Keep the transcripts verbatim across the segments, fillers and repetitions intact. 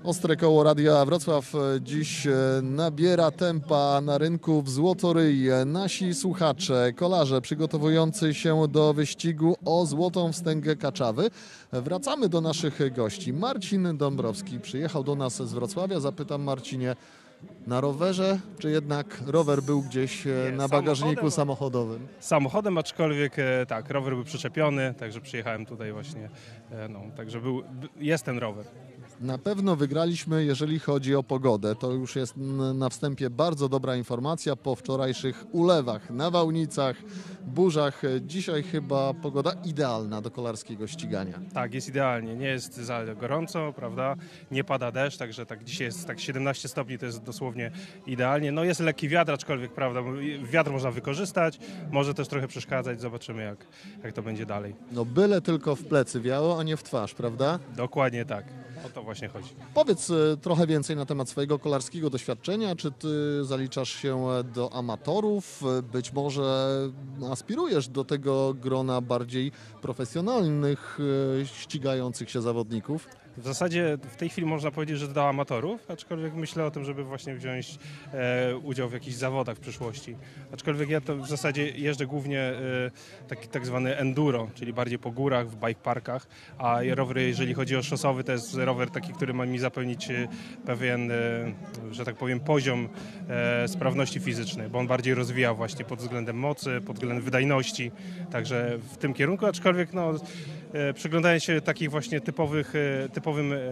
Ostre koło Radia Wrocław dziś nabiera tempa na rynku w Złotoryi. Nasi słuchacze, kolarze przygotowujący się do wyścigu o Złotą Wstęgę Kaczawy. Wracamy do naszych gości. Marcin Dąbrowski przyjechał do nas z Wrocławia. Zapytam, Marcinie, na rowerze, czy jednak rower był gdzieś Nie, na bagażniku samochodem. samochodowym? Samochodem, aczkolwiek e, tak, rower był przyczepiony, także przyjechałem tutaj właśnie, e, no, także był, b- jest ten rower. Na pewno wygraliśmy, jeżeli chodzi o pogodę. To już jest n- na wstępie bardzo dobra informacja po wczorajszych ulewach, nawałnicach, burzach. Dzisiaj chyba pogoda idealna do kolarskiego ścigania. Tak, jest idealnie, nie jest za gorąco, prawda, nie pada deszcz, także tak dzisiaj jest tak siedemnaście stopni, to jest dosłownie idealnie. No jest lekki wiatr, aczkolwiek, prawda, wiatr można wykorzystać, może też trochę przeszkadzać, zobaczymy jak, jak to będzie dalej. No byle tylko w plecy wiało, a nie w twarz, prawda? Dokładnie tak, o to właśnie chodzi. Powiedz e, trochę więcej na temat swojego kolarskiego doświadczenia. Czy ty zaliczasz się do amatorów? E, Być może aspirujesz do tego grona bardziej profesjonalnych, e, ścigających się zawodników? W zasadzie w tej chwili można powiedzieć, że do amatorów, aczkolwiek myślę o tym, żeby właśnie wziąć e, udział w jakichś zawodach w przyszłości. Aczkolwiek ja to w zasadzie jeżdżę głównie e, taki tak zwany enduro, czyli bardziej po górach, w bike parkach, a rower, jeżeli chodzi o szosowy, to jest rower taki, który ma mi zapewnić e, pewien, e, że tak powiem, poziom e, sprawności fizycznej, bo on bardziej rozwija właśnie pod względem mocy, pod względem wydajności, także w tym kierunku, aczkolwiek no, e, przyglądając się takich właśnie typowych, e, typowym e,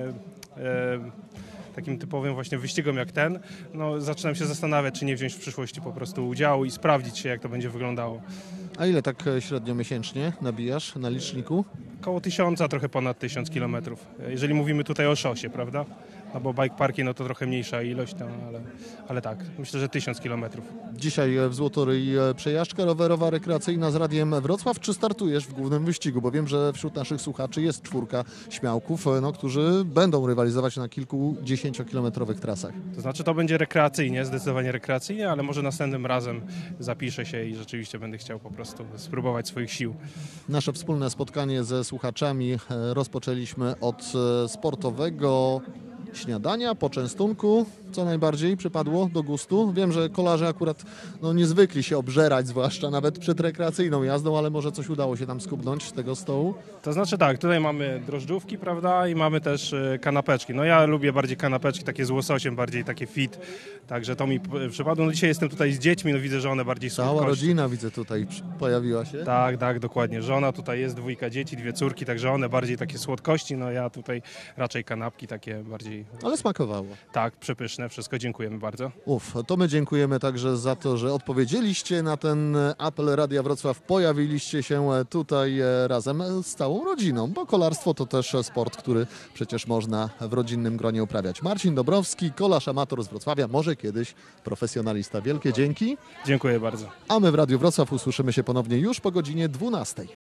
e, takim typowym właśnie wyścigom jak ten, no zaczynam się zastanawiać, czy nie wziąć w przyszłości po prostu udziału i sprawdzić się, jak to będzie wyglądało. A ile tak e, średnio miesięcznie nabijasz na liczniku? Koło tysiąca, trochę ponad tysiąc kilometrów. Jeżeli mówimy tutaj o szosie, prawda? No bo bike parki, no to trochę mniejsza ilość, no, ale, ale tak, myślę, że tysiąc kilometrów. Dzisiaj w Złotoryi e, przejażdżka rowerowa, rekreacyjna z Radiem Wrocław. Czy startujesz w głównym wyścigu? Bo wiem, że wśród naszych słuchaczy jest czwórka śmiałków, e, no, którzy będą rywalizować na kilkudziesięciokilometrowych trasach. To znaczy to będzie rekreacyjnie, zdecydowanie rekreacyjnie, ale może następnym razem zapiszę się i rzeczywiście będę chciał po prostu spróbować swoich sił. Nasze wspólne spotkanie ze słuchaczami e, rozpoczęliśmy od e, sportowego śniadania, poczęstunku. Co najbardziej przypadło do gustu? Wiem, że kolarze akurat no, nie zwykli się obżerać, zwłaszcza nawet przed rekreacyjną jazdą, ale może coś udało się tam skubnąć z tego stołu? To znaczy tak, tutaj mamy drożdżówki, prawda, i mamy też e, kanapeczki. No ja lubię bardziej kanapeczki takie z łososiem, bardziej takie fit, także to mi p- przypadło. No dzisiaj jestem tutaj z dziećmi, no widzę, że one bardziej Cała słodkości. rodzina, widzę, tutaj przy- pojawiła się. Tak, tak, dokładnie. Żona tutaj jest, dwójka dzieci, dwie córki, także one bardziej takie słodkości, no ja tutaj raczej kanapki takie bardziej, Ale smakowało. tak, przepyszne, wszystko, dziękujemy bardzo. Uf, to my dziękujemy także za to, że odpowiedzieliście na ten apel Radia Wrocław. Pojawiliście się tutaj razem z całą rodziną, bo kolarstwo to też sport, który przecież można w rodzinnym gronie uprawiać. Marcin Dąbrowski, kolarz amator z Wrocławia, może kiedyś profesjonalista. Wielkie dzięki, Dziękuję bardzo. a my w Radiu Wrocław usłyszymy się ponownie już po godzinie dwunastej.